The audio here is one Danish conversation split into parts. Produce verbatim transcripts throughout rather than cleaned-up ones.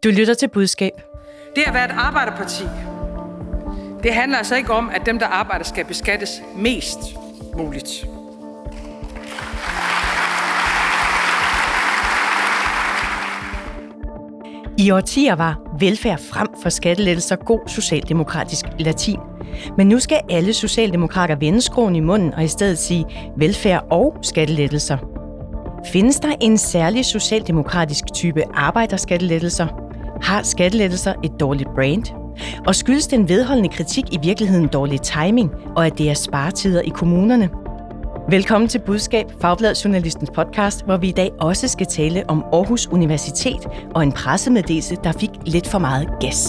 Du lytter til Budskab. Det at være et arbejderparti, det handler altså ikke om, at dem, der arbejder, skal beskattes mest muligt. I årtier var velfærd frem for skattelettelser god socialdemokratisk latin. Men nu skal alle socialdemokrater vende skroen i munden og i stedet sige velfærd og skattelettelser. Findes der en særlig socialdemokratisk type arbejderskattelettelser? Har skattelettelser et dårligt brand? Og skyldes den vedholdende kritik i virkeligheden dårlig timing, og at det er sparetider i kommunerne? Velkommen til Budskab, Fagbladet-journalistens podcast, hvor vi i dag også skal tale om Aarhus Universitet og en pressemeddelelse, der fik lidt for meget gas.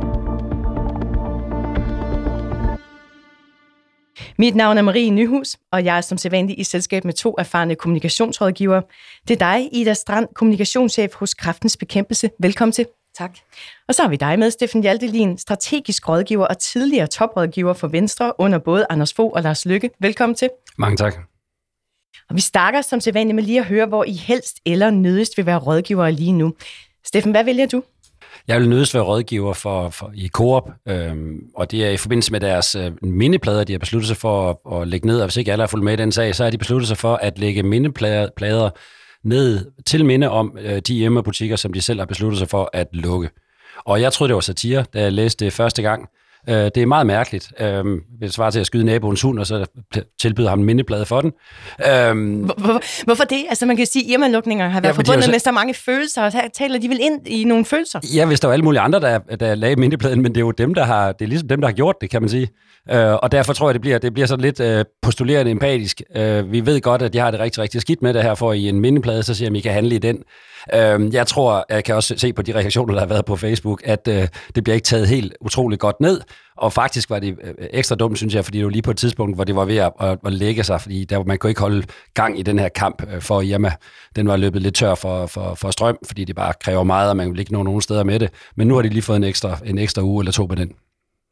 Mit navn er Marie Nyhus, og jeg er som sædvanlig i selskab med to erfarne kommunikationsrådgivere. Det er dig, Ida Strand, kommunikationschef hos Kræftens Bekæmpelse. Velkommen til. Tak. Og så har vi dig med, Steffen Hjaltelin, strategisk rådgiver og tidligere toprådgiver for Venstre under både Anders Fogh og Lars Løkke. Velkommen til. Mange tak. Og vi starter som sædvanligt med lige at høre, hvor I helst eller nødigst vil være rådgivere lige nu. Steffen, hvad vælger du? Jeg vil nødigst være rådgiver for, for, i Coop, øhm, og det er i forbindelse med deres øh, mindeplader, de har besluttet sig for at, at lægge ned, og hvis ikke alle har fulgt med i den sag, så har de besluttet sig for at lægge mindeplader ned til minde om øh, de hjemmebutikker, som de selv har besluttet sig for at lukke. Og jeg troede, det var satire, da jeg læste det første gang. Øh, det er meget mærkeligt. Øh, det svarer til at skyde naboens hund, og så tilbyder ham en mindeplade for den. Øh, Hvor, hvorfor det? Altså man kan sige, at hjemmelukninger har været ja, forbundet så... med så mange følelser, og her taler de vel ind i nogle følelser? Ja, hvis der var alle mulige andre, der, der lagde mindepladen, men det er jo dem, der har, det er ligesom dem, der har gjort det, kan man sige. Øh, og derfor tror jeg, det bliver, det bliver sådan lidt øh, postulerende empatisk. Øh, vi ved godt, at de har det rigtig, rigtig skidt med det her, for i en mindeplade, så siger jeg, at I kan handle i den. Øh, jeg tror, jeg kan også se på de reaktioner, der har været på Facebook, at øh, det bliver ikke taget helt utroligt godt ned. Og faktisk var det ekstra dumt, synes jeg, fordi det var lige på et tidspunkt, hvor det var ved at, at, at lægge sig, fordi der, man kunne ikke holde gang i den her kamp for Irma. Den var løbet lidt tør for, for, for strøm, fordi det bare kræver meget, og man vil ikke nå nogen steder med det. Men nu har de lige fået en ekstra, en ekstra uge eller to med den.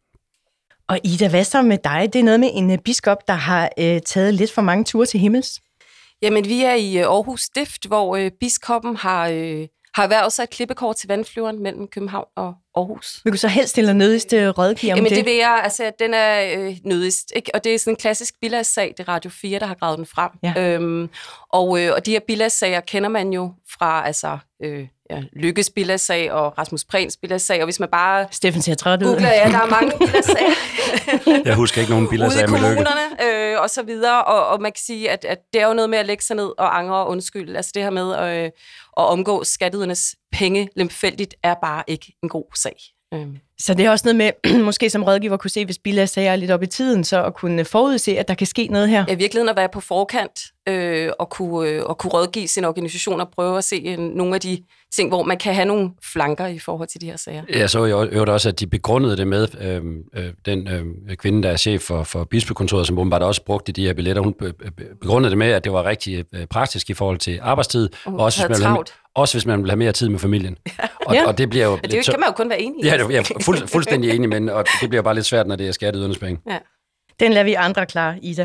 Og Ida, hvad så med dig? Det er noget med en biskop, der har øh, taget lidt for mange ture til himmels. Jamen, vi er i Aarhus Stift, hvor øh, biskoppen har, øh, har erhvervet sig et klippekort til vandflyveren mellem København og Aarhus. Vil du så helst stille nødigst rådgive om Jamen, det? det vil jeg. Altså, den er øh, nødigst, ikke? Og det er sådan en klassisk bilagssag, det er Radio fire, der har gravet den frem. Ja. Øhm, og, øh, og de her bilagssager kender man jo fra, altså... Øh, Ja, Lykkes bilagssag og Rasmus Prehns bilagssag, og hvis man bare Steffen ser træt ud. googler, ja, der er mange bilagssager. Jeg husker ikke nogen bilagssager med Lykke. Ude i kommunerne øh, og så videre, og, og man kan sige, at, at det er jo noget med at lægge sig ned og angre og undskylde. Altså det her med øh, at omgå skatteydernes penge lemfældigt er bare ikke en god sag. Så det er også noget med, måske som rådgiver kunne se, hvis bilagssager er lidt op i tiden, så at kunne forudse, at der kan ske noget her. Ja, virkeligheden at være på forkant øh, og, kunne, øh, og kunne rådgive sin organisation og prøve at se øh, nogle af de ting, hvor man kan have nogle flanker i forhold til de her sager. Jeg så jo øvrigt også, at de begrundede det med øh, øh, den øh, kvinde, der er chef for, for bispekontoret, som åbenbart også brugte de her billetter. Hun begrundede det med, at det var rigtig øh, praktisk i forhold til arbejdstid, uh, og også hvis, man have, også hvis man vil have mere tid med familien. Ja. Og, ja. og det bliver jo ja, det kan man jo kun være enig i. Ja, det, jeg er fuld, fuldstændig enig, men og det bliver bare lidt svært, når det er skatteydernes penge. Ja. Den lader vi andre klare, Ida.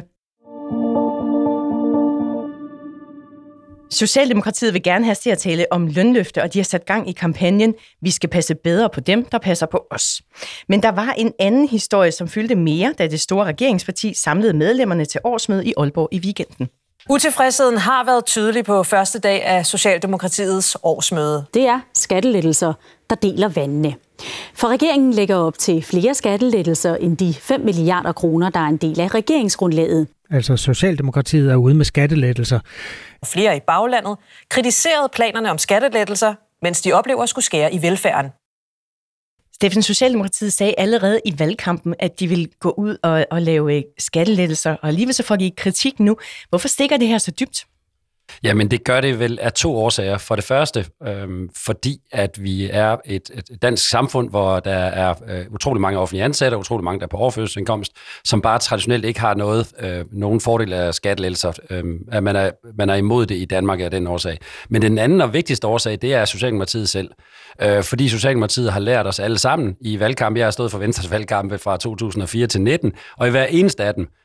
Socialdemokratiet vil gerne have til at tale om lønløfte, og de har sat gang i kampagnen "Vi skal passe bedre på dem, der passer på os". Men der var en anden historie, som fyldte mere, da det store regeringsparti samlede medlemmerne til årsmøde i Aalborg i weekenden. Utilfredsheden har været tydelig på første dag af Socialdemokratiets årsmøde. Det er skattelettelser, der deler vandene. For regeringen lægger op til flere skattelettelser end de fem milliarder kroner, der er en del af regeringsgrundlaget. Altså Socialdemokratiet er ude med skattelettelser. Flere i baglandet kritiserede planerne om skattelettelser, mens de oplever at skulle skære i velfærden. Steffen, Socialdemokratiet sagde allerede i valgkampen, at de ville gå ud og, og lave skattelettelser, og alligevel så får de kritik nu. Hvorfor stikker det her så dybt? Jamen, det gør det vel af to årsager. For det første, øhm, fordi at vi er et, et dansk samfund, hvor der er øh, utrolig mange offentlige ansatte, og utrolig mange, der er på overførselsindkomst, som bare traditionelt ikke har noget, øh, nogen fordel af skattelettelser. Øh, at man er, man er imod det i Danmark af den årsag. Men den anden og vigtigste årsag, det er Socialdemokratiet selv. Øh, fordi Socialdemokratiet har lært os alle sammen i valgkamp. Jeg har stået for Venstres valgkampe fra to tusind og fire til nitten, og i hver eneste af dem,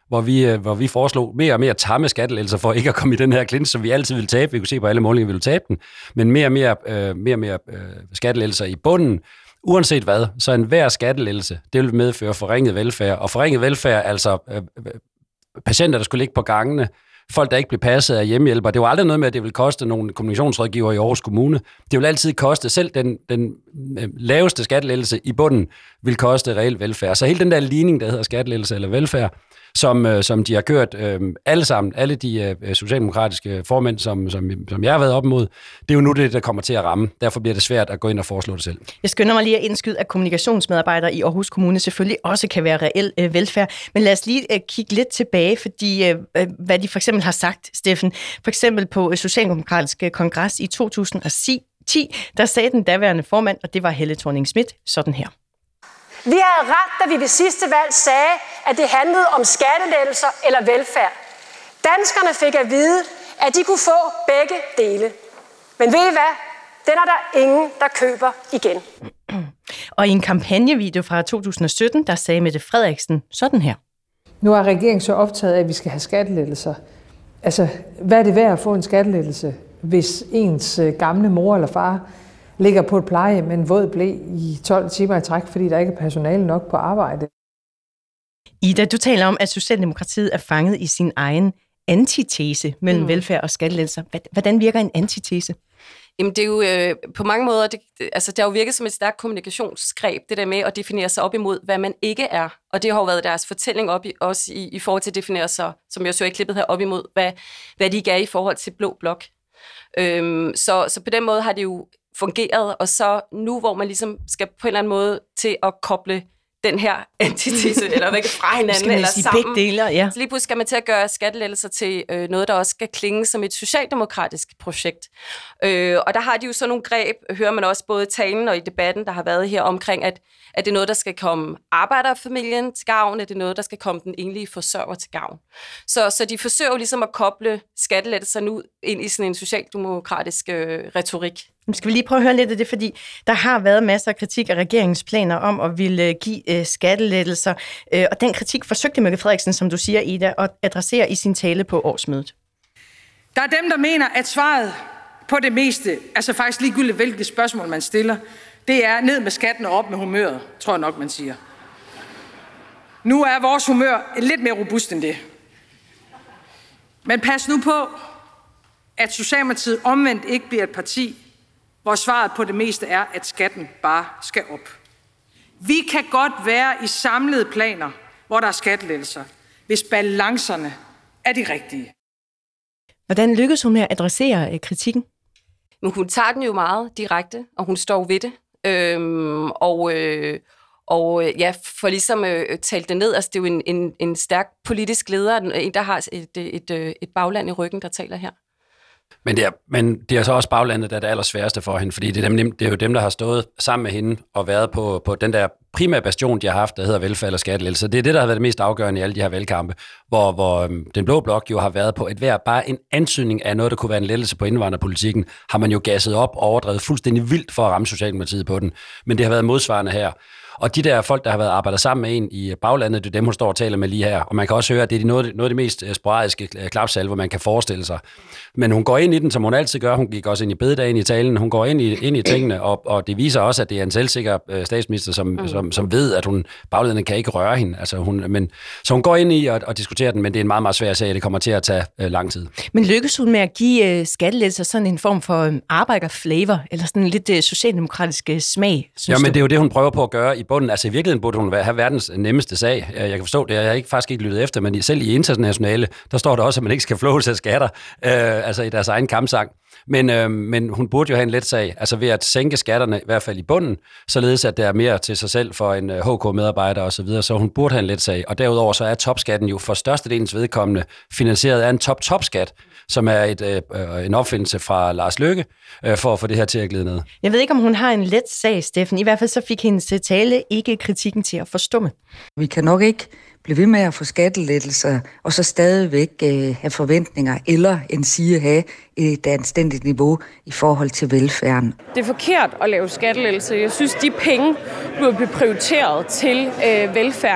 hvor vi, hvor vi foreslog mere og mere tamme skattelettelser for ikke at komme i den her klins, som vi altid ville tabe. Vi kunne se på alle målinger, vi ville tabe den. Men mere og mere, øh, mere, og mere øh, skattelettelser i bunden. Uanset hvad, så en hver skattelettelse, det vil medføre forringet velfærd. Og forringet velfærd, altså øh, patienter, der skulle ligge på gangene, folk, der ikke blev passet af hjemmehjælpere. Det var aldrig noget med, at det ville koste nogle kommunikationsrådgiver i Aarhus Kommune. Det vil altid koste, selv den, den laveste skattelettelse i bunden, vil koste reel velfærd. Så hele den der ligning, der hedder skattelettelse eller velfærd, som, som de har kørt øh, alle sammen, alle de øh, socialdemokratiske formænd, som, som, som jeg har været op imod, det er jo nu det, der kommer til at ramme. Derfor bliver det svært at gå ind og foreslå det selv. Jeg skynder mig lige at indskyde, at kommunikationsmedarbejdere i Aarhus Kommune selvfølgelig også kan være reel øh, velfærd. Men lad os lige øh, kigge lidt tilbage, fordi øh, hvad de for eksempel har sagt, Steffen. For eksempel på øh, Socialdemokratiske Kongres i to tusind og ti, der sagde den daværende formand, og det var Helle Thorning-Schmidt, sådan her. Vi havde ret, da vi ved sidste valg sagde, at det handlede om skattelettelser eller velfærd. Danskerne fik at vide, at de kunne få begge dele. Men ved I hvad? Den er der ingen, der køber igen. Og i en kampagnevideo fra to tusind og sytten, der sagde Mette Frederiksen sådan her. Nu er regeringen så optaget af, at vi skal have skattelettelser. Altså, hvad er det værd at få en skattelettelse, hvis ens gamle mor eller far ligger på et plejehjem med en våd ble i tolv timer i træk, fordi der ikke er personale nok på arbejde? Ida, du taler om, at Socialdemokratiet er fanget i sin egen antitese mellem mm. velfærd og skattelettelser. Hvordan virker en antitese? Jamen, det er jo øh, på mange måder, det, altså, det har jo virket som et stærkt kommunikationsgreb, det der med at definere sig op imod, hvad man ikke er. Og det har jo været deres fortælling op i, også i, i forhold til at definere sig, som jeg så i klippet her, op imod, hvad, hvad de ikke er i forhold til Blå Blok. Øhm, så, så på den måde har det jo fungeret, og så nu, hvor man ligesom skal på en eller anden måde til at koble den her antitese, eller væk fra hinanden, eller sammen. Dele, ja. Så lige pludselig skal man til at gøre skattelettelser til øh, noget, der også skal klinge som et socialdemokratisk projekt. Øh, og der har de jo sådan nogle greb, hører man også både i talen og i debatten, der har været her omkring, at, at det er noget, der skal komme arbejderfamilien til gavn, at det er noget, der skal komme den enlige forsørger til gavn. Så, så de forsøger jo ligesom at koble skattelettelser nu ind i sådan en socialdemokratisk øh, retorik. Nu skal vi lige prøve at høre lidt af det, fordi der har været masser af kritik af regeringens planer om at ville give øh, skattelettelser, øh, og den kritik forsøgte Mette Frederiksen, som du siger, Ida, at adressere i sin tale på årsmødet. Der er dem, der mener, at svaret på det meste, altså faktisk ligegyldigt hvilket spørgsmål man stiller, det er ned med skatten og op med humøret, tror jeg nok, man siger. Nu er vores humør lidt mere robust end det. Men pas nu på, at Socialdemokratiet omvendt ikke bliver et parti, hvor svaret på det meste er, at skatten bare skal op. Vi kan godt være i samlede planer, hvor der er skattelettelser, hvis balancerne er de rigtige. Hvordan lykkes hun med at adressere kritikken? Men hun tager den jo meget direkte, og hun står ved det. Øhm, og, øh, og ja, for ligesom øh, talt det ned, altså det er jo en, en, en stærk politisk leder, en der har et, et, et, et bagland i ryggen, der taler her. Men det, er, men det er så også baglandet, der er det allersværeste for hende, fordi det er, dem, det er jo dem, der har stået sammen med hende og været på, på den der primære bastion, de har haft, der hedder velfærd eller skattelettelse. Det er det, der har været det mest afgørende i alle de her valgkampe, hvor, hvor øhm, den blå blok jo har været på et hver, bare en antydning af noget, der kunne være en lettelse på indvandrerpolitikken, har man jo gasset op og overdrevet fuldstændig vildt for at ramme Socialdemokratiet på den. Men det har været modsvarende her. Og de der folk, der har været arbejdet sammen med en i baglandet, det er dem, hun står og taler med lige her. Og man kan også høre, at det er noget, noget af det mest sporadiske klapsalver, man kan forestille sig. Men hun går ind i den, som hun altid gør. Hun gik også ind i bededagen i talen. Hun går ind i, ind i tingene, og, og det viser også, at det er en selvsikker statsminister, som, mm. som, som ved, at hun baglandet kan ikke røre hende. Altså hun, men, så hun går ind i og, og diskuterer den, men det er en meget, meget svær sag, det kommer til at tage øh, lang tid. Men lykkes hun med at give øh, skattelettelser sådan en form for øh, arbejderflavor, eller sådan en lidt øh, socialdemokratisk øh, smag? Ja, men det er jo det, hun prøver på at gøre i bunden. Altså i virkeligheden burde hun have verdens nemmeste sag. Jeg kan forstå det, jeg har ikke, faktisk ikke lyttet efter, men selv i internationale, der står der også, at man ikke skal flås af skatter, øh, altså i deres egen kampsang. Men, øh, men hun burde jo have en let sag, altså ved at sænke skatterne, i hvert fald i bunden, således at der er mere til sig selv for en H K-medarbejder og så videre, så hun burde have en let sag. Og derudover så er topskatten jo for størstedelens vedkommende finansieret af en top-top-skat, som er et, øh, en opfindelse fra Lars Løkke, øh, for at få det her til at glide ned. Jeg ved ikke, om hun har en let sag, Steffen. I hvert fald så fik hendes tale ikke kritikken til at forstumme. Vi kan nok ikke blive ved med at få skattelettelser, og så stadigvæk øh, have forventninger, eller en sige have et anstændigt niveau i forhold til velfærden. Det er forkert at lave skattelettelser. Jeg synes, de penge burde blive prioriteret til øh, velfærden.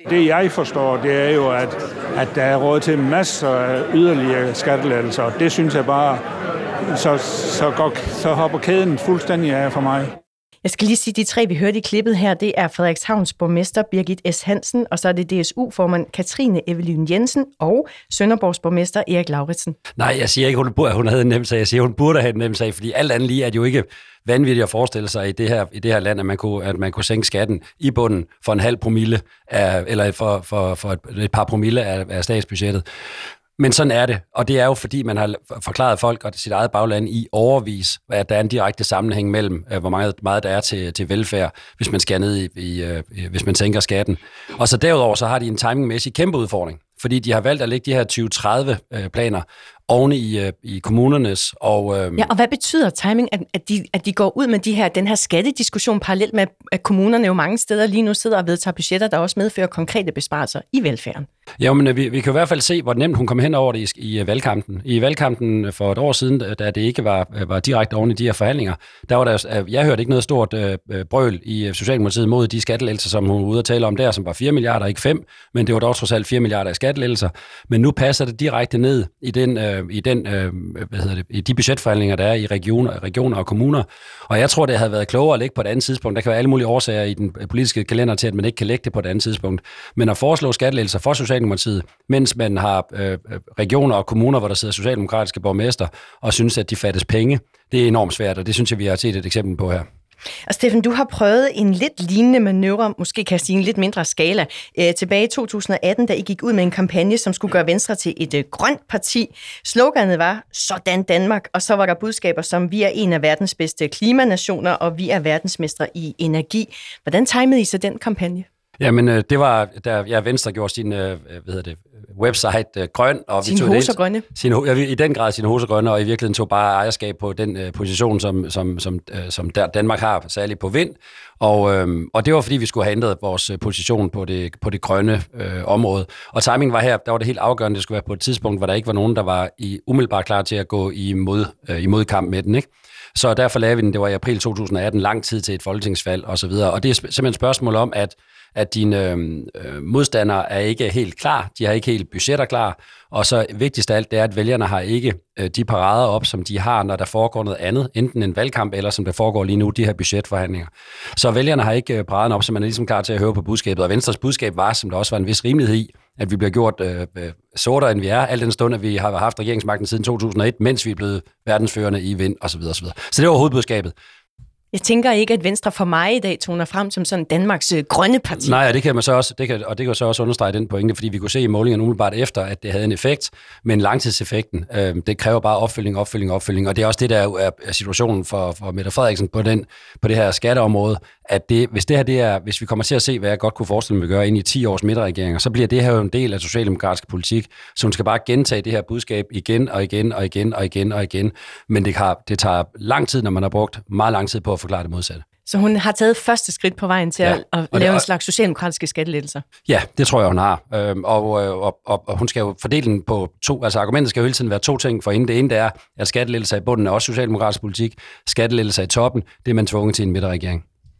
Det jeg forstår, det er jo, at, at der er råd til masser af yderligere skattelettelser. Det synes jeg bare, så, så, går, så hopper kæden fuldstændig af for mig. Jeg skal lige sige, at de tre, vi hørte i klippet her, det er Frederikshavns borgmester Birgit S. Hansen, og så er det D S U-formand Katrine Evelyn Jensen og Sønderborgs borgmester Erik Lauritsen. Nej, jeg siger ikke, hun, burde, hun havde en nem sag. Jeg siger, hun burde have en nem sag, fordi alt andet lige er det jo ikke vanvittigt at forestille sig i det her, i det her land, at man, kunne, at man kunne sænke skatten i bunden for en halv promille, af, eller for, for, for et, et par promille af, af statsbudgettet. Men sådan er det, og det er jo fordi, man har forklaret folk og sit eget bagland i overvis, at der er en direkte sammenhæng mellem, hvor meget, meget der er til, til velfærd, hvis man skærer ned i, i, hvis man sænker skatten. Og så derudover, så har de en timingmæssig kæmpe udfordring, fordi de har valgt at lægge de her tyve tredive planer oven i, i kommunernes. Og, øhm... ja, og hvad betyder timing, at, at, de, at de går ud med de her, den her skattediskussion parallelt med, at kommunerne jo mange steder lige nu sidder og vedtager budgetter, der også medfører konkrete besparelser i velfærden? Ja, men vi, vi kan i hvert fald se, hvor nemt hun kom hen over det i, i valgkampen. I valgkampen for et år siden, da det ikke var, var direkte oven i de her forhandlinger, der var der, jeg hørte ikke noget stort øh, brøl i Socialdemokratiet mod de skattelettelser, som hun var ude at tale om der, som var fire milliarder, ikke fem, men det var dog trods alt fire milliarder i skattelettelser. Men nu passer det direkte ned i den, øh, i den, øh, hvad hedder det, i de budgetforhandlinger, der er i regioner, regioner og kommuner. Og jeg tror, det havde været klogere at lægge på et andet tidspunkt. Der kan være alle mulige årsager i den politiske kalender til, at man ikke kan lægge det på et andet tidspunkt. Men at foreslå skattelettelser for Socialdemokratiet, mens man har øh, regioner og kommuner, hvor der sidder socialdemokratiske borgmester, og synes, at de fattes penge, det er enormt svært, og det synes jeg, vi har set et eksempel på her. Og Steffen, du har prøvet en lidt lignende manøvre, måske kan jeg sige en lidt mindre skala, øh, tilbage i to tusind og atten, da I gik ud med en kampagne, som skulle gøre Venstre til et øh, grønt parti. Sloganet var, sådan Danmark, og så var der budskaber som, vi er en af verdens bedste klimanationer, og vi er verdensmestre i energi. Hvordan timede I så den kampagne? Jamen, det var, da ja, Venstre gjorde sin hvad hedder det, website uh, grøn. Og sin hoser grønne. Sin, ja, i den grad sin hoser grønne, og i virkeligheden tog bare ejerskab på den uh, position, som, som, som, uh, som der Danmark har, særligt på vind. Og, øhm, og det var, fordi vi skulle have ændret vores position på det, på det grønne øh, område. Og timingen var her, der var det helt afgørende, det skulle være på et tidspunkt, hvor der ikke var nogen, der var i, umiddelbart klar til at gå i, mod, øh, i modkamp med den, ikke? Så derfor lavede vi den, det var i april to tusind og atten, lang tid til et folketingsvalg og så videre. Og det er simpelthen et spørgsmål om, at at dine øh, modstandere er ikke helt klar, de har ikke helt budgetter klar, og så vigtigst af alt, det er, at vælgerne har ikke øh, de parader op, som de har, når der foregår noget andet, enten en valgkamp, eller som der foregår lige nu, de her budgetforhandlinger. Så vælgerne har ikke øh, paraderne op, så man er ligesom klar til at høre på budskabet, og Venstres budskab var, som der også var en vis rimelighed i, at vi bliver gjort øh, øh, sortere, end vi er, al den stund, at vi har haft regeringsmagten siden to tusind og et, mens vi er blevet verdensførende i vind, osv. osv. Så det var hovedbudskabet. Jeg tænker ikke, at Venstre for mig i dag toner frem som sådan Danmarks øh, grønne parti. Nej, og det kan man så også, det kan, og det kan så også understrege den pointe, fordi vi kunne se i målingerne umiddelbart efter, at det havde en effekt, men langtidseffekten, øh, det kræver bare opfølging, opfølging, opfølging, og det er også det, der er, er situationen for, for Mette Frederiksen på, den, på det her skatteområde, at det, hvis det her det er, hvis vi kommer til at se, hvad jeg godt kunne forestille mig at gøre ind i ti års midterregeringer, så bliver det her jo en del af socialdemokratisk politik, så hun skal bare gentage det her budskab igen og igen og igen og igen og igen, men det, har, det tager lang tid, når man har brugt meget lang tid på at forklare det modsatte. Så hun har taget første skridt på vejen til ja, at, at lave det, og, en slags socialdemokratiske skattelettelser? Ja, det tror jeg, hun har. Øhm, og, og, og, og hun skal jo fordele den på to, altså argumentet skal jo hele tiden være to ting for hende. Det ene det er, at skattelettelser i bunden er også socialdemokratisk politik. Skattelettelser i toppen, det er man tvunget til en midterregering.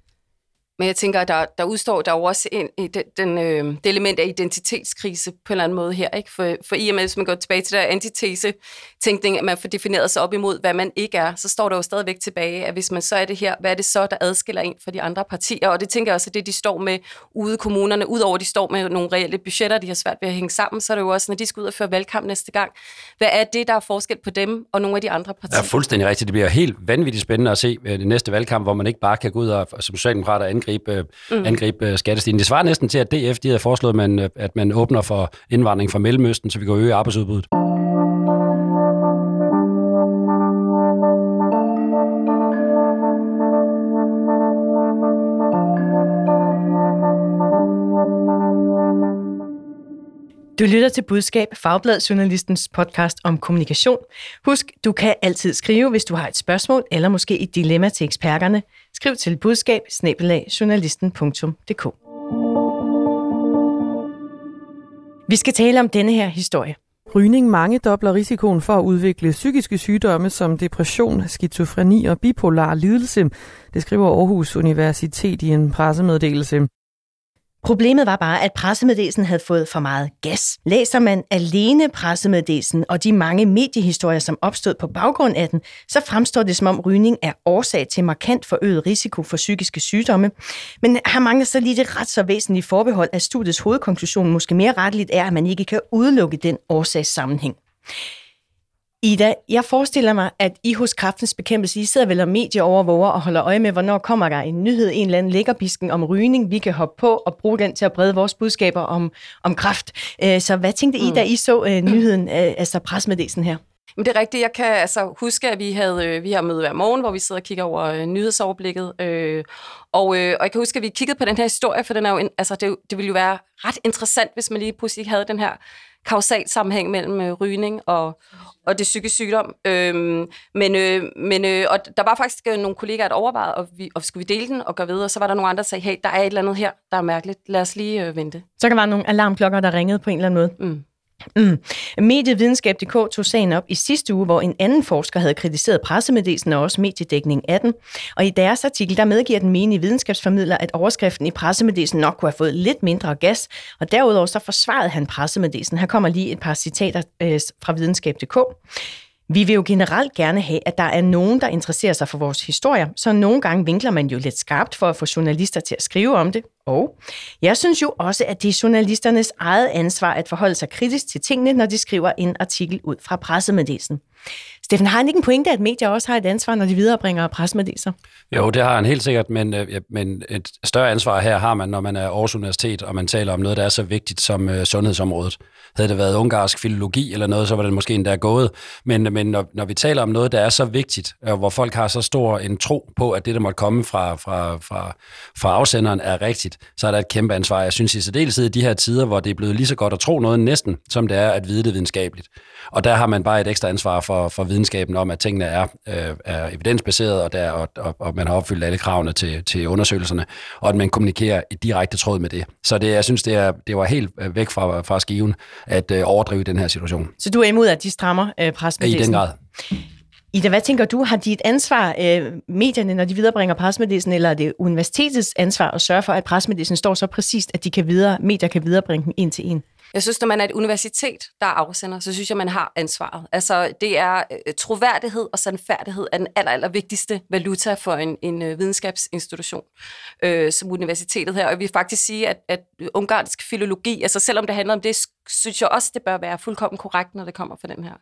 Men jeg tænker, at der, der udstår der også en, den, den, øh, det element af identitetskrise på en eller anden måde her. Ikke? For, for i og med, hvis man går tilbage til der antitese-tænkning, at man får defineret sig op imod, hvad man ikke er, så står der jo stadigvæk tilbage, at hvis man så er det her, hvad er det så, der adskiller en fra de andre partier? Og det tænker jeg også, at det, de står med ude i kommunerne, udover at de står med nogle reelle budgetter, de har svært ved at hænge sammen, så er det jo også, når de skal ud og føre valgkamp næste gang. Hvad er det, der er forskel på dem og nogle af de andre partier? Det er fuldstændig rigtigt. Det bliver helt vanvittigt spændende at se det næste valgkamp, hvor man ikke bare kan gå ud og som socialdemokrater angribe, mm. angribe skattestigningen. Det svarer næsten til, at D F de havde foreslået, at man, at man åbner for indvandring fra Mellemøsten, så vi kan øge arbejdsudbuddet. Du lytter til Budskab, Fagbladet-journalistens podcast om kommunikation. Husk, du kan altid skrive, hvis du har et spørgsmål eller måske et dilemma til eksperterne. Skriv til budskab bindestreg journalisten punktum d k. Vi skal tale om denne her historie. Rygning mangedobler risikoen for at udvikle psykiske sygdomme som depression, skizofreni og bipolar lidelse. Det skriver Aarhus Universitet i en pressemeddelelse. Problemet var bare, at pressemeddelelsen havde fået for meget gas. Læser man alene pressemeddelelsen og de mange mediehistorier, som opstod på baggrund af den, så fremstår det som om rygning er årsag til markant forøget risiko for psykiske sygdomme. Men her mangler så lige det ret så væsentlige forbehold, at studiets hovedkonklusion måske mere retteligt er, at man ikke kan udelukke den årsagssammenhæng. Ida, jeg forestiller mig, at I hos Kræftens Bekæmpelse, I sidder vel og medieovervåger og holder øje med, hvornår kommer der en nyhed, en eller anden lækkerbisken om rygning, vi kan hoppe på og bruge den til at brede vores budskaber om, om kræft. Så hvad tænkte I, da I så uh, nyheden, uh, altså pressemeddelelsen her? Men det er rigtigt. Jeg kan altså huske, at vi havde vi har møde hver morgen, hvor vi sidder og kigger over øh, nyhedsoverblikket. Øh, og, øh, og jeg kan huske, at vi kiggede på den her historie, for den er jo en, altså det, det ville jo være ret interessant, hvis man lige pludselig havde den her kausal sammenhæng mellem øh, rygning og, og det psykiske sygdom. Øhm, men øh, men øh, og der var faktisk øh, nogle kollegaer, der overvejede, og, vi, og skulle vi dele den og gøre videre, og så var der nogle andre, der sagde, hey, der er et eller andet her, der er mærkeligt. Lad os lige øh, vente. Så kan der være nogle alarmklokker, der ringede på en eller anden måde. Mm. Mm. Mediet Videnskab punktum d k tog sagen op i sidste uge, hvor en anden forsker havde kritiseret pressemeddelelsen og også mediedækning af den. Og i deres artikel, der medgiver den menige videnskabsformidler, at overskriften i pressemeddelelsen nok kunne have fået lidt mindre gas, og derudover så forsvarede han pressemeddelelsen. Her kommer lige et par citater øh, fra Videnskab punktum d k. Vi vil jo generelt gerne have, at der er nogen, der interesserer sig for vores historier, så nogle gange vinkler man jo lidt skarpt for at få journalister til at skrive om det. Og jeg synes jo også, at det er journalisternes eget ansvar at forholde sig kritisk til tingene, når de skriver en artikel ud fra pressemeddelelsen. Steffen, har han ikke en pointe, at medier også har et ansvar, når de viderebringer pressemeddelelser? Jo, det har han helt sikkert, men, øh, men et større ansvar her har man, når man er Aarhus Universitet, og man taler om noget, der er så vigtigt som øh, sundhedsområdet. Havde det været ungarsk filologi eller noget, så var det måske endda gået. Men, men når, når vi taler om noget, der er så vigtigt, øh, hvor folk har så stor en tro på, at det, der måtte komme fra, fra, fra, fra afsenderen, er rigtigt, så er der et kæmpe ansvar. Jeg synes i særdeleshed i de her tider, hvor det er blevet lige så godt at tro noget næsten, som det er at vide det videnskabeligt. Og der har man bare et ekstra ansvar for, for videnskaben om, at tingene er, øh, er evidensbaseret, og, der, og, og, og man har opfyldt alle kravene til, til undersøgelserne, og at man kommunikerer i direkte tråd med det. Så det, jeg synes, det, er, det var helt væk fra, fra skiven at øh, overdrive den her situation. Så du er imod, at de strammer øh, pressemeddelelsen? I den grad. Ida, hvad tænker du? Har de et ansvar, øh, medierne, når de viderebringer pressemeddelelsen, eller er det universitetets ansvar at sørge for, at pressemeddelelsen står så præcist, at de kan videre, medier kan viderebringe den en til en? Jeg synes, når man er et universitet, der er afsender, så synes jeg, man har ansvaret. Altså, det er øh, troværdighed og sandfærdighed er den aller, aller vigtigste valuta for en, en øh, videnskabsinstitution øh, som universitetet her. Og jeg vil faktisk sige, at, at ungarsk filologi, altså selvom det handler om det, synes jeg også, det bør være fuldkommen korrekt, når det kommer fra den her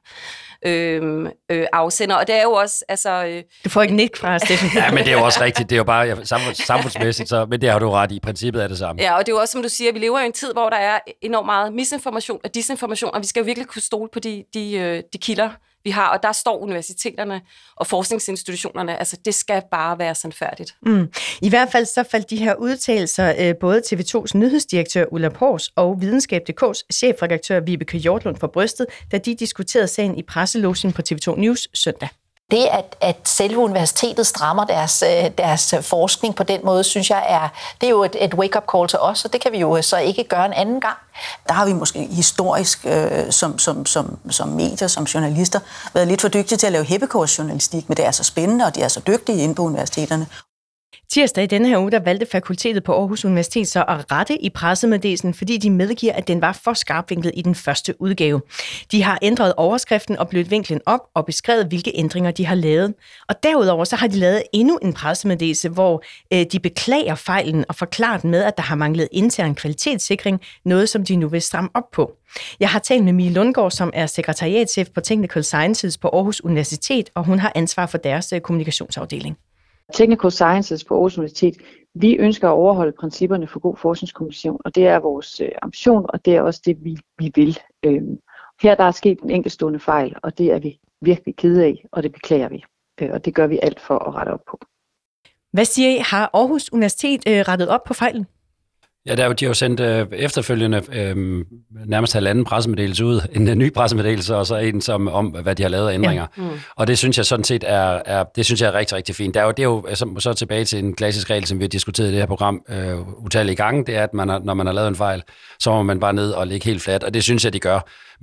øh, øh, afsender. Og det er jo også, altså... Øh, du får ikke nik fra, Steffen. Ja, men det er jo også rigtigt. Det er jo bare ja, samfunds, samfundsmæssigt, så, men det har du ret i. Princippet er det samme. Ja, og det er jo også, som du siger, vi lever i en tid, hvor der er enormt meget misinformation og disinformation, og vi skal jo virkelig kunne stole på de, de, de kilder, vi har, og der står universiteterne og forskningsinstitutionerne, altså det skal bare være sandfærdigt. Mm. I hvert fald så faldt de her udtalelser øh, både T V to's nyhedsdirektør Ulla Pors og Videnskab punktum d k's chefredaktør Vibeke Hjortlund for brystet, da de diskuterede sagen i presselogen på T V to News søndag. Det, at, at selve universitetet strammer deres, deres forskning på den måde, synes jeg, er, det er jo et, et wake-up call til os, og det kan vi jo så ikke gøre en anden gang. Der har vi måske historisk øh, som, som, som, som medier, som journalister, været lidt for dygtige til at lave heppekorsjournalistik, men det er så spændende, og de er så dygtige inde på universiteterne. Tirsdag i denne her uge, der valgte fakultetet på Aarhus Universitet så at rette i pressemeddelelsen, fordi de medgiver, at den var for skarpvinklet i den første udgave. De har ændret overskriften og blødt vinklen op og beskrevet, hvilke ændringer de har lavet. Og derudover så har de lavet endnu en pressemeddelelse, hvor øh, de beklager fejlen og forklarer den med, at der har manglet intern kvalitetssikring, noget som de nu vil stramme op på. Jeg har talt med Mie Lundgaard, som er sekretariatschef på Technical Sciences på Aarhus Universitet, og hun har ansvar for deres øh, kommunikationsafdeling. Technical Sciences på Aarhus Universitet, vi ønsker at overholde principperne for god forskningskommunikation, og det er vores øh, ambition, og det er også det, vi, vi vil. Øhm, her der er sket en enkeltstående fejl, og det er vi virkelig kede af, og det beklager vi. Øh, og det gør vi alt for at rette op på. Hvad siger I? Har Aarhus Universitet øh, rettet op på fejlen? Ja, der er jo, de har jo sendt øh, efterfølgende øh, nærmest halvanden pressemeddelelse ud, en, en ny pressemeddelelse, og så en som, om, hvad de har lavet af ændringer. Ja. Mm. Og det synes jeg sådan set er, er, det synes jeg er rigtig, rigtig fint. Der er jo, det er jo så, så tilbage til en klassisk regel, som vi har diskuteret i det her program øh, utallige gange, det er, at man har, når man har lavet en fejl, så må man bare ned og ligge helt fladt, og det synes jeg, de gør.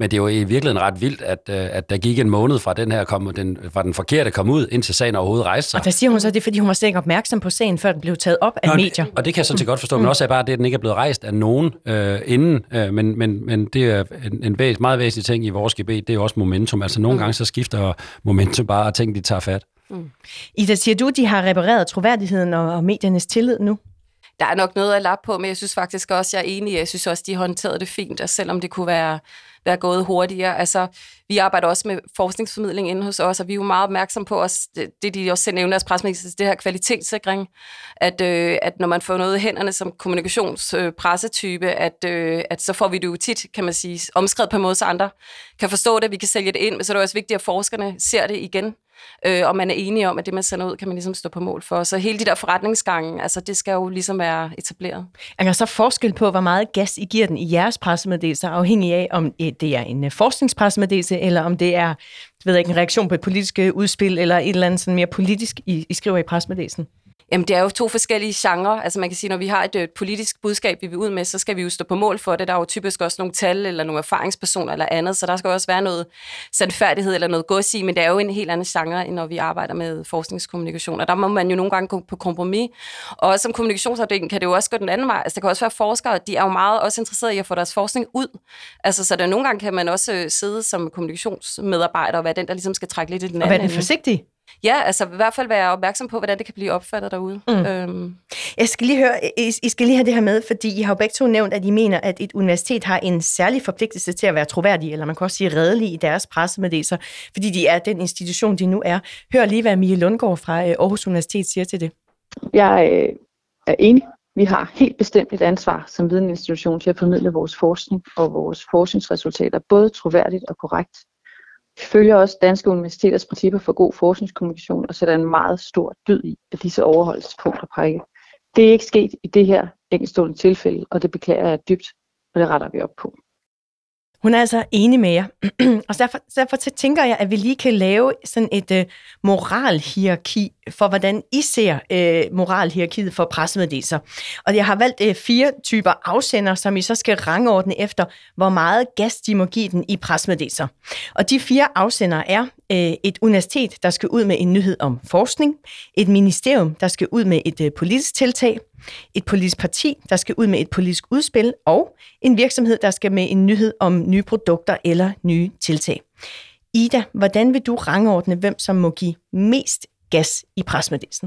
Men det er jo i virkeligheden ret vildt, at, at der gik en måned fra den her kom, den, fra den forkerte kom ud, indtil sagen overhovedet rejste sig. Og der siger hun så, at det er, fordi hun var slet ikke opmærksom på sagen, før den blev taget op af Nå, medier. Og det kan jeg sådan set godt forstå, men også er bare det, at den ikke er blevet rejst af nogen øh, inden. Øh, men, men, men det er en, en væs, meget væsentlig ting i vores G B, det er jo også momentum. Altså nogle mm. gange så skifter momentum bare, og ting de tager fat. Mm. Ida, siger du, de har repareret troværdigheden og, og mediernes tillid nu? Der er nok noget at lappe på, men jeg synes faktisk også, jeg er enig. Jeg synes også, de håndterede det fint, og selvom det kunne være, være gået hurtigere. Altså, vi arbejder også med forskningsformidling inde hos os, og vi er jo meget opmærksomme på os, det, det de også selv nævner deres pressemeddelelse, det her kvalitetssikring, at, øh, at når man får noget i hænderne som kommunikationspressetype, øh, at, øh, at så får vi det jo tit, kan man sige, omskrevet på en måde, så andre kan forstå det, vi kan sælge det ind, men så er det også vigtigt, at forskerne ser det igen. Øh, og man er enige om, at det, man sender ud, kan man ligesom stå på mål for. Så hele de der forretningsgange, altså det skal jo ligesom være etableret. Er der så forskel på, hvor meget gas I giver den i jeres pressemeddelelser, afhængig af, om det er en forskningspressemeddelelse, eller om det er jeg ved ikke, en reaktion på et politisk udspil, eller et eller andet sådan mere politisk, I, I skriver i pressemeddelelsen? Jamen, det er jo to forskellige genrer. Altså man kan sige, når vi har et, et politisk budskab, vi vil ud med, så skal vi jo stå på mål for det. Der er jo typisk også nogle tal eller nogle erfaringspersoner eller andet, så der skal også være noget sandfærdighed eller noget gods i, men det er jo en helt anden genre, end når vi arbejder med forskningskommunikation. Og der må man jo nogle gange gå på kompromis. Og som kommunikationsafdeling kan det jo også gå den anden vej. Altså der kan også være forskere, de er jo meget også interesserede i at få deres forskning ud. Altså så der nogle gange kan man også sidde som kommunikationsmedarbejder og være den, der ligesom skal trække lidt i den anden. Og være den forsigtig. Ja, altså i hvert fald være opmærksom på, hvordan det kan blive opfattet derude. Mm. Øhm. Jeg skal lige høre, I, I skal lige have det her med, fordi I har jo begge to nævnt, at I mener, at et universitet har en særlig forpligtelse til at være troværdig, eller man kan også sige redelig i deres pressemeddelelser, fordi de er den institution, de nu er. Hør lige, hvad Mie Lundgaard fra Aarhus Universitet siger til det. Jeg øh, er enig. Vi har helt bestemt et ansvar som vidensinstitution til at formidle vores forskning og vores forskningsresultater, både troværdigt og korrekt. Vi følger også danske universiteters principper for god forskningskommunikation og sætter en meget stor dyd i, at disse overholdes punkt og prikke. Det er ikke sket i det her enkeltstående tilfælde, og det beklager jeg dybt, og det retter vi op på. Hun er altså enig med jer, og derfor, derfor tænker jeg, at vi lige kan lave sådan et uh, moralhierarki for, hvordan I ser uh, moralhierarkiet for pressemeddelelser. Og jeg har valgt uh, fire typer afsender, som I så skal rangordne efter, hvor meget gas de må give den i pressemeddelelser. Og de fire afsender er uh, et universitet, der skal ud med en nyhed om forskning, et ministerium, der skal ud med et uh, politisk tiltag, et politisk parti, der skal ud med et politisk udspil, og en virksomhed, der skal med en nyhed om nye produkter eller nye tiltag. Ida, hvordan vil du rangordne, hvem som må give mest gas i pressemeddelelsen?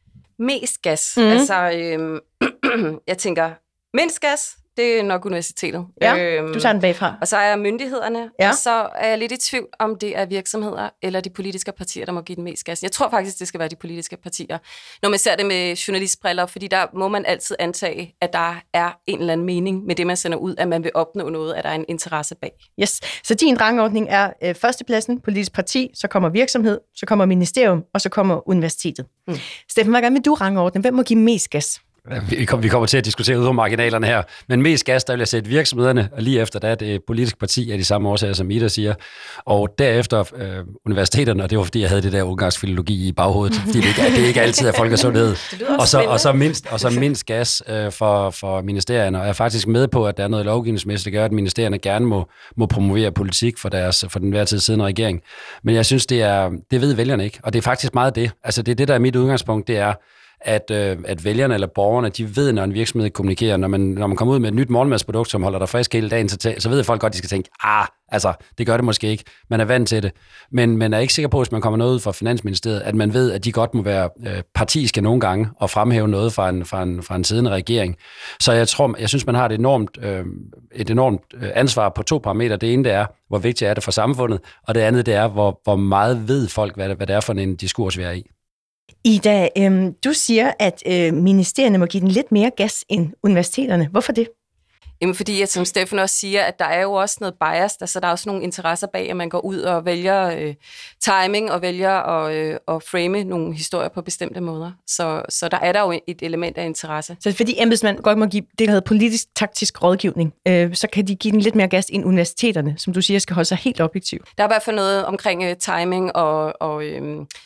Mest gas? Mm. Altså, øhm, jeg tænker, mindst gas, det er nok universitetet. Ja, øhm, du tager den bagfra. Og så er jeg myndighederne, ja. Og så er jeg lidt i tvivl, om det er virksomheder eller de politiske partier, der må give den mest gas. Jeg tror faktisk, det skal være de politiske partier, når man ser det med journalistbriller, fordi der må man altid antage, at der er en eller anden mening med det, man sender ud, at man vil opnå noget, at der er en interesse bag. Yes, så din rangordning er øh, førstepladsen, politisk parti, så kommer virksomhed, så kommer ministerium, og så kommer universitetet. Mm. Steffen, hvordan vil du rangordne? Hvem må give mest gas? Vi kommer til at diskutere ud over marginalerne her, men mest gas, der vil jeg sætte virksomhederne, og lige efter det er det politiske parti af de samme årsager, som Ida siger, og derefter øh, universiteterne, og det var fordi, jeg havde det der ungarsk-filologi i baghovedet, fordi det ikke, det er ikke altid er folkesundhed, og så, og så mindst, og så mindst gas øh, for, for ministerierne, og jeg er faktisk med på, at der er noget lovgivningsmæssigt, der gør, at ministerierne gerne må, må promovere politik for, deres, for den hver tid siddende regering, men jeg synes, det, er, det ved vælgerne ikke, og det er faktisk meget det, altså det er det, der er mit udgangspunkt, det er, At, øh, at vælgerne eller borgerne, de ved, når en virksomhed kommunikerer, når man, når man kommer ud med et nyt morgenmadsprodukt, som holder dig frisk hele dagen, så, så ved folk godt, de skal tænke, ah, altså, det gør det måske ikke. Man er vant til det. Men man er ikke sikker på, hvis man kommer noget ud fra Finansministeriet, at man ved, at de godt må være øh, partiske nogle gange og fremhæve noget fra en, fra en, fra en siddende regering. Så jeg tror, jeg synes, man har et enormt, øh, et enormt ansvar på to parametre. Det ene, det er, hvor vigtigt er det for samfundet, og det andet, det er, hvor, hvor meget ved folk, hvad det, hvad det er for en diskurs, vi er i. Ida, øhm, du siger, at øh, ministerierne må give den lidt mere gas end universiteterne. Hvorfor det? Jamen fordi, at, som Steffen også siger, at der er jo også noget bias, altså der er også nogle interesser bag, at man går ud og vælger øh, timing og vælger at, øh, at frame nogle historier på bestemte måder. Så, så der er der jo et element af interesse. Så fordi embedsmænd godt må give det, der hedder politisk-taktisk rådgivning, øh, så kan de give den lidt mere gas end universiteterne, som du siger, skal holde sig helt objektivt. Der er i hvert fald noget omkring øh, timing og, og øh,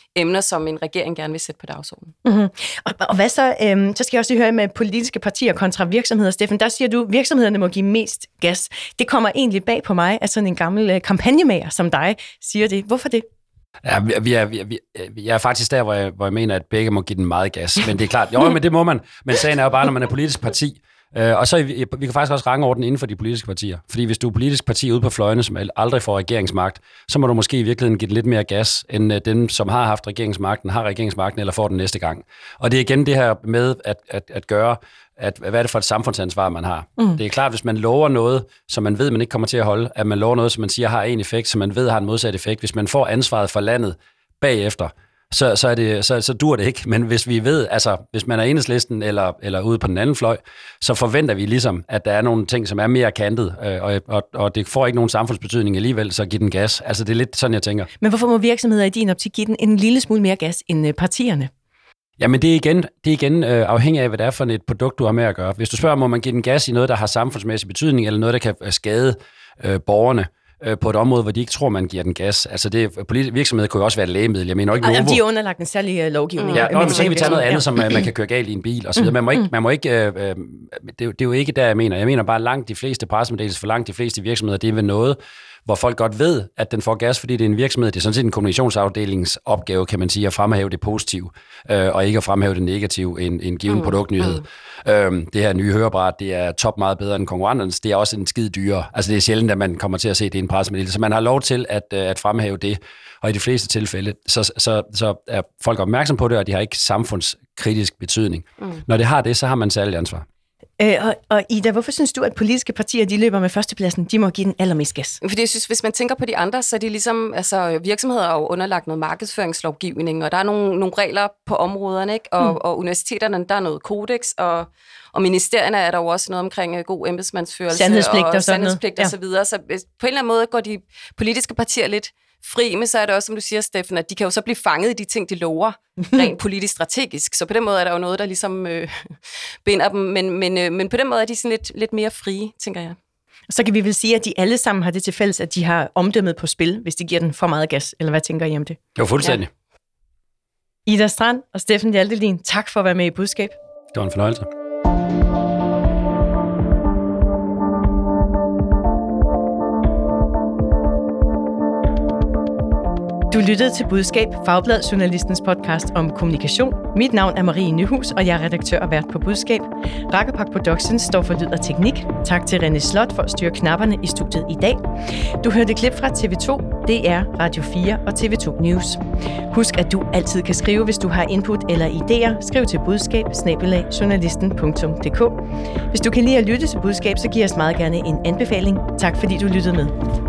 emner, som en regering gerne vil sætte på dagsordenen. Mm-hmm. Og, og hvad så? Øhm, så skal jeg også lige høre med politiske partier kontra virksomheder, Steffen. Der siger du, at virksomhederne må give mest gas. Det kommer egentlig bag på mig, at sådan en gammel øh, kampagnemager som dig siger det. Hvorfor det? Ja, vi er, vi er, vi er, jeg er faktisk der, hvor jeg, hvor jeg mener, at begge må give den meget gas. Men det er klart, jo, men det må man. Men sagen er jo bare, når man er politisk parti. Øh, og så vi, vi kan faktisk også rangordne inden for de politiske partier. Fordi hvis du er politisk parti ude på fløjene, som aldrig får regeringsmagt, så må du måske i virkeligheden give lidt mere gas, end dem, som har haft regeringsmagten, har regeringsmagten eller får den næste gang. Og det er igen det her med at, at, at gøre, at, hvad er det for et samfundsansvar, man har. Mm. Det er klart, hvis man lover noget, som man ved, man ikke kommer til at holde, at man lover noget, som man siger har en effekt, som man ved har en modsat effekt. Hvis man får ansvaret for landet bagefter, Så, så, er det, så, så dur det ikke. Men hvis vi ved, altså hvis man er Enhedslisten eller, eller ude på den anden fløj, så forventer vi ligesom, at der er nogle ting, som er mere kantet, øh, og, og, og det får ikke nogen samfundsbetydning alligevel, så giv den gas. Altså det er lidt sådan, jeg tænker. Men hvorfor må virksomheder i din optik give den en lille smule mere gas end partierne? Jamen det er igen, det er igen øh, afhængig af, hvad det er for et produkt, du har med at gøre. Hvis du spørger, må man give den gas i noget, der har samfundsmæssig betydning, eller noget, der kan skade øh, borgerne, på et område, hvor de ikke tror, man giver den gas. Altså det, virksomheder kunne jo også være et lægemiddel. Jeg mener ikke Novo. De er underlagt en særlig lovgivning. Ja, nå, men så kan vi tage noget andet, som man kan køre galt i en bil og så videre. Man må ikke, man må ikke øh, det, det er jo ikke der, jeg mener. Jeg mener bare langt de fleste pressemeddelelser for langt de fleste virksomheder, det er ved noget, hvor folk godt ved, at den får gas, fordi det er en virksomhed. Det er sådan set en kommunikationsafdelings opgave, kan man sige, at fremhæve det positive, øh, og ikke at fremhæve det negative, en, en given mm. produktnyhed. Mm. Øhm, det her nye hørebræt, det er top meget bedre end konkurrenternes. Det er også en skide dyrere. Altså det er sjældent, at man kommer til at se det i en pressemeddelelse. Så man har lov til at, at fremhæve det, og i de fleste tilfælde, så, så, så er folk opmærksom på det, og de har ikke samfundskritisk betydning. Mm. Når det har det, så har man særligt ansvar. Øh, og, og Ida, hvorfor synes du, at politiske partier, de løber med førstepladsen, de må give den allermest gas? Fordi jeg synes, hvis man tænker på de andre, så er de ligesom, altså virksomheder er jo underlagt noget markedsføringslovgivning, og der er nogle, nogle regler på områderne, ikke? Og, mm. og universiteterne, der er noget kodex, og, og ministerierne er der jo også noget omkring god embedsmandsførelse sandhedspligt og, og sandhedspligt og så videre. Så på en eller anden måde går de politiske partier lidt fri, men så er det også, som du siger, Steffen, at de kan jo så blive fanget i de ting, de lover, rent politisk strategisk. Så på den måde er der jo noget, der ligesom øh, binder dem, men, men, øh, men på den måde er de sådan lidt, lidt mere frie, tænker jeg. Så kan vi vel sige, at de alle sammen har det til fælles, at de har omdømmet på spil, hvis de giver den for meget gas, eller hvad tænker I om det? Jo, fuldstændig. Ja. Ida Strand og Steffen Hjaltelin, tak for at være med i Budskab. Det var en fornøjelse. Du lyttede til Budskab, Fagblad Journalistens podcast om kommunikation. Mit navn er Marie Nyhus, og jeg er redaktør og vært på Budskab. Rakkerpak Productions står for lyd og teknik. Tak til René Slot for at styre knapperne i studiet i dag. Du hørte klip fra T V to, D R, Radio fire og T V to News. Husk, at du altid kan skrive, hvis du har input eller idéer. Skriv til budskab bindestreg journalisten punktum d k. Hvis du kan lide at lytte til Budskab, så giv os meget gerne en anbefaling. Tak fordi du lyttede med.